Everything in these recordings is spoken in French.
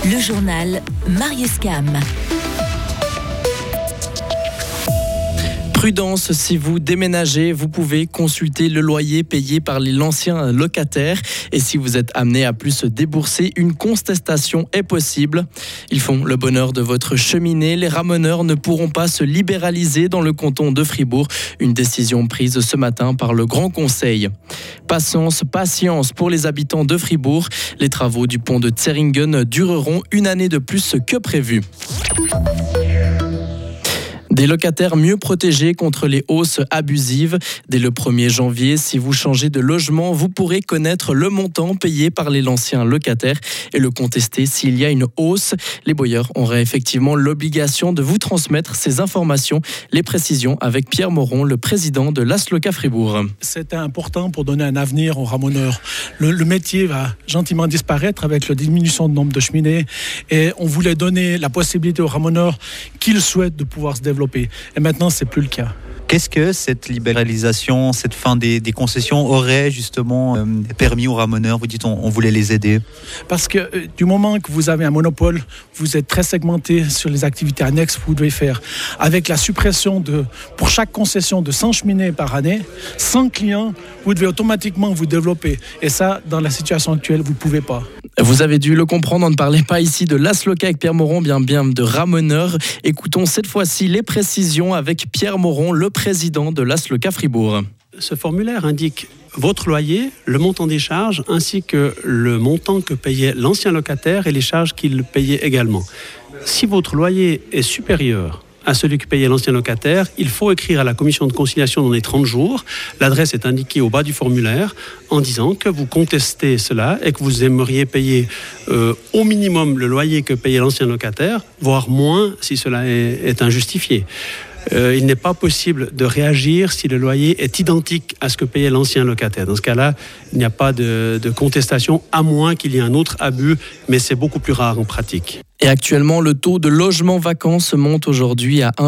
Le journal Marius Cam. Prudence, si vous déménagez, vous pouvez consulter le loyer payé par l'ancien locataire. Et si vous êtes amené à plus débourser, une contestation est possible. Ils font le bonheur de votre cheminée. Les ramoneurs ne pourront pas se libéraliser dans le canton de Fribourg. Une décision prise ce matin par le Grand Conseil. Patience pour les habitants de Fribourg. Les travaux du pont de Zeringen dureront une année de plus que prévu. Des locataires mieux protégés contre les hausses abusives. Dès le 1er janvier, si vous changez de logement, vous pourrez connaître le montant payé par les anciens locataires et le contester s'il y a une hausse. Les bailleurs auraient effectivement l'obligation de vous transmettre ces informations. Les précisions avec Pierre Moron, le président de l'Asloca Fribourg. C'était important pour donner un avenir aux ramoneurs. Le métier va gentiment disparaître avec la diminution du nombre de cheminées et on voulait donner la possibilité aux ramoneurs qu'ils souhaitent de pouvoir se développer. Et maintenant, c'est plus le cas. Qu'est-ce que cette libéralisation, cette fin des concessions aurait justement permis aux ramoneurs? Vous dites on voulait les aider. Parce que du moment que vous avez un monopole, vous êtes très segmenté sur les activités annexes que vous devez faire. Avec la suppression pour chaque concession de 100 cheminées par année, 100 clients, vous devez automatiquement vous développer. Et ça, dans la situation actuelle, vous ne pouvez pas. Vous avez dû le comprendre, on ne parlait pas ici de l'Asloca avec Pierre Moron, bien de ramoneurs. Écoutons cette fois-ci les précisions avec Pierre Moron, le président de l'Asloca Fribourg. Ce formulaire indique votre loyer, le montant des charges, ainsi que le montant que payait l'ancien locataire et les charges qu'il payait également. Si votre loyer est supérieur à celui que payait l'ancien locataire, il faut écrire à la commission de conciliation dans les 30 jours. L'adresse est indiquée au bas du formulaire en disant que vous contestez cela et que vous aimeriez payer au minimum le loyer que payait l'ancien locataire, voire moins si cela est injustifié. Il n'est pas possible de réagir si le loyer est identique à ce que payait l'ancien locataire. Dans ce cas-là, il n'y a pas de contestation, à moins qu'il y ait un autre abus, mais c'est beaucoup plus rare en pratique. Et actuellement, le taux de logements vacants se monte aujourd'hui à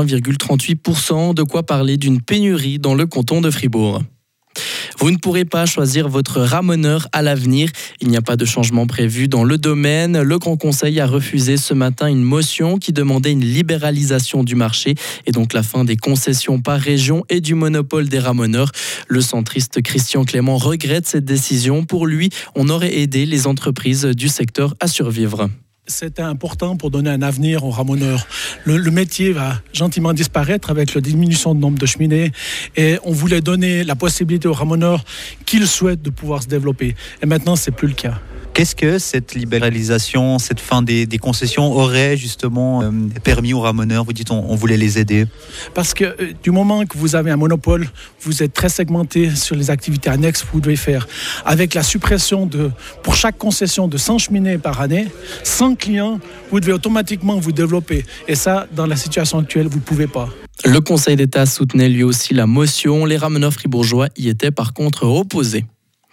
1,38%, de quoi parler d'une pénurie dans le canton de Fribourg. Vous ne pourrez pas choisir votre ramoneur à l'avenir. Il n'y a pas de changement prévu dans le domaine. Le Grand Conseil a refusé ce matin une motion qui demandait une libéralisation du marché et donc la fin des concessions par région et du monopole des ramoneurs. Le centriste Christian Clément regrette cette décision. Pour lui, on aurait aidé les entreprises du secteur à survivre. C'était important pour donner un avenir aux ramoneurs. Le métier va gentiment disparaître avec la diminution du nombre de cheminées et on voulait donner la possibilité aux ramoneurs qu'ils souhaitent de pouvoir se développer. Et maintenant, c'est plus le cas. Qu'est-ce que cette libéralisation, cette fin des concessions aurait justement permis aux ramoneurs? Vous dites on voulait les aider. Parce que du moment que vous avez un monopole, vous êtes très segmenté sur les activités annexes que vous devez faire. Avec la suppression pour chaque concession de 100 cheminées par année, 100 clients, vous devez automatiquement vous développer. Et ça, dans la situation actuelle, vous ne pouvez pas. Le Conseil d'État soutenait lui aussi la motion. Les ramoneurs fribourgeois y étaient par contre opposés.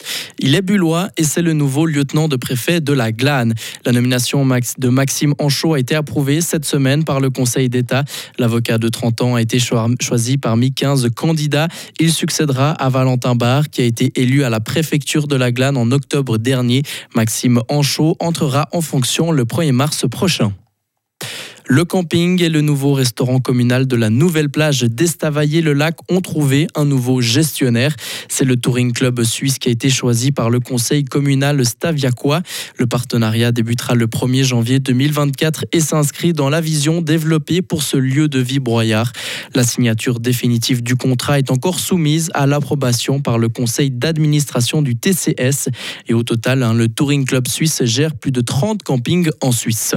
Il est bullois et c'est le nouveau lieutenant de préfet de la Glane. La nomination de Maxime Anchaud a été approuvée cette semaine par le Conseil d'État. L'avocat de 30 ans a été choisi parmi 15 candidats. Il succédera à Valentin Barre qui a été élu à la préfecture de la Glane en octobre dernier. Maxime Anchaud entrera en fonction le 1er mars prochain. Le camping et le nouveau restaurant communal de la nouvelle plage d'Estavayer-le-Lac ont trouvé un nouveau gestionnaire. C'est le Touring Club suisse qui a été choisi par le conseil communal staviacois. Le partenariat débutera le 1er janvier 2024 et s'inscrit dans la vision développée pour ce lieu de vie broyard. La signature définitive du contrat est encore soumise à l'approbation par le conseil d'administration du TCS. Et au total, le Touring Club suisse gère plus de 30 campings en Suisse.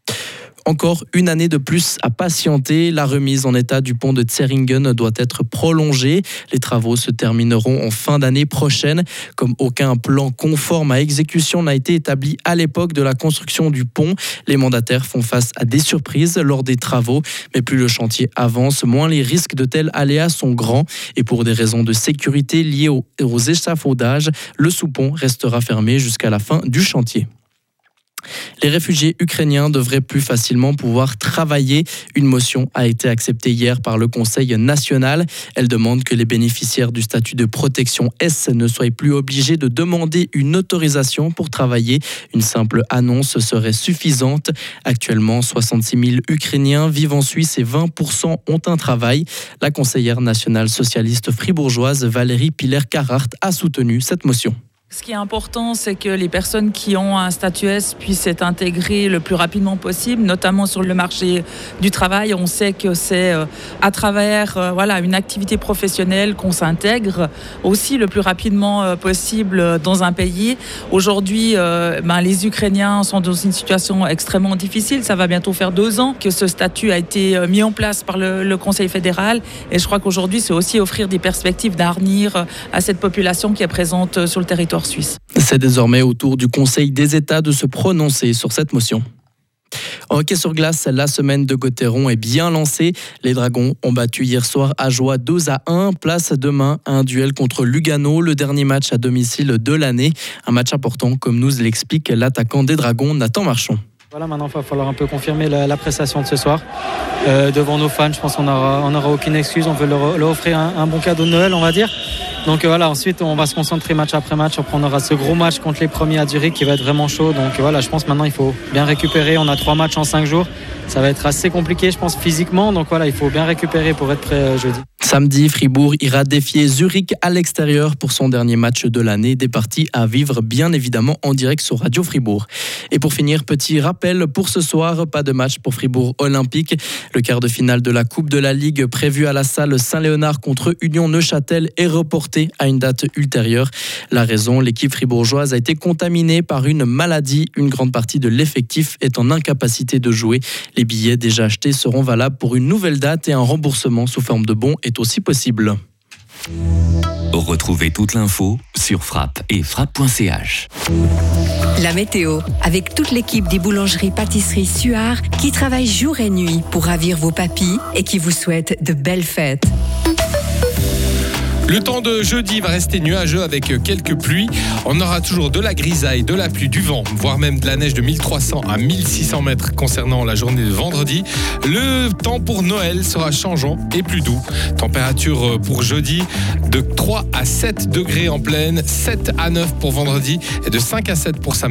Encore une année de plus à patienter. La remise en état du pont de Zeringen doit être prolongée. Les travaux se termineront en fin d'année prochaine. Comme aucun plan conforme à exécution n'a été établi à l'époque de la construction du pont, les mandataires font face à des surprises lors des travaux. Mais plus le chantier avance, moins les risques de tels aléas sont grands. Et pour des raisons de sécurité liées aux échafaudages, le sous-pont restera fermé jusqu'à la fin du chantier. Les réfugiés ukrainiens devraient plus facilement pouvoir travailler. Une motion a été acceptée hier par le Conseil national. Elle demande que les bénéficiaires du statut de protection S ne soient plus obligés de demander une autorisation pour travailler. Une simple annonce serait suffisante. Actuellement, 66 000 Ukrainiens vivent en Suisse et 20% ont un travail. La conseillère nationale socialiste fribourgeoise Valérie Piller-Carhart a soutenu cette motion. Ce qui est important, c'est que les personnes qui ont un statut S puissent être intégrées le plus rapidement possible, notamment sur le marché du travail. On sait que c'est à travers une activité professionnelle qu'on s'intègre aussi le plus rapidement possible dans un pays. Aujourd'hui, les Ukrainiens sont dans une situation extrêmement difficile. Ça va bientôt faire 2 ans que ce statut a été mis en place par le Conseil fédéral. Et je crois qu'aujourd'hui, c'est aussi offrir des perspectives d'avenir à cette population qui est présente sur le territoire suisse. C'est désormais au tour du Conseil des États de se prononcer sur cette motion. En hockey sur glace, la semaine de Gauthieron est bien lancée. Les Dragons ont battu hier soir Ajoie 2-1. Place demain à un duel contre Lugano, le dernier match à domicile de l'année. Un match important, comme nous l'explique l'attaquant des Dragons, Nathan Marchand. Voilà, maintenant il va falloir un peu confirmer la prestation de ce soir. Devant nos fans, je pense qu'on n'aura aucune excuse. On veut leur offrir un bon cadeau de Noël, on va dire. Donc ensuite on va se concentrer match après match. Après on aura ce gros match contre les premiers à Zurich qui va être vraiment chaud. Donc je pense maintenant il faut bien récupérer. On a 3 matchs en 5 jours. Ça va être assez compliqué, je pense, physiquement. Donc il faut bien récupérer pour être prêt jeudi. Samedi, Fribourg ira défier Zurich à l'extérieur pour son dernier match de l'année. Des parties à vivre bien évidemment en direct sur Radio Fribourg. Et pour finir, petit rappel pour ce soir, pas de match pour Fribourg Olympique. Le quart de finale de la Coupe de la Ligue prévu à la salle Saint-Léonard contre Union Neuchâtel est reporté à une date ultérieure. La raison, l'équipe fribourgeoise a été contaminée par une maladie. Une grande partie de l'effectif est en incapacité de jouer. Les billets déjà achetés seront valables pour une nouvelle date et un remboursement sous forme de bons est aussi possible. Retrouvez toute l'info sur Frappe et frappe.ch. La météo, avec toute l'équipe des boulangeries-pâtisseries Suard qui travaille jour et nuit pour ravir vos papilles et qui vous souhaite de belles fêtes. Le temps de jeudi va rester nuageux avec quelques pluies. On aura toujours de la grisaille, de la pluie, du vent, voire même de la neige de 1300 à 1600 mètres concernant la journée de vendredi. Le temps pour Noël sera changeant et plus doux. Température pour jeudi de 3 à 7 degrés en plaine, 7 à 9 pour vendredi et de 5 à 7 pour samedi.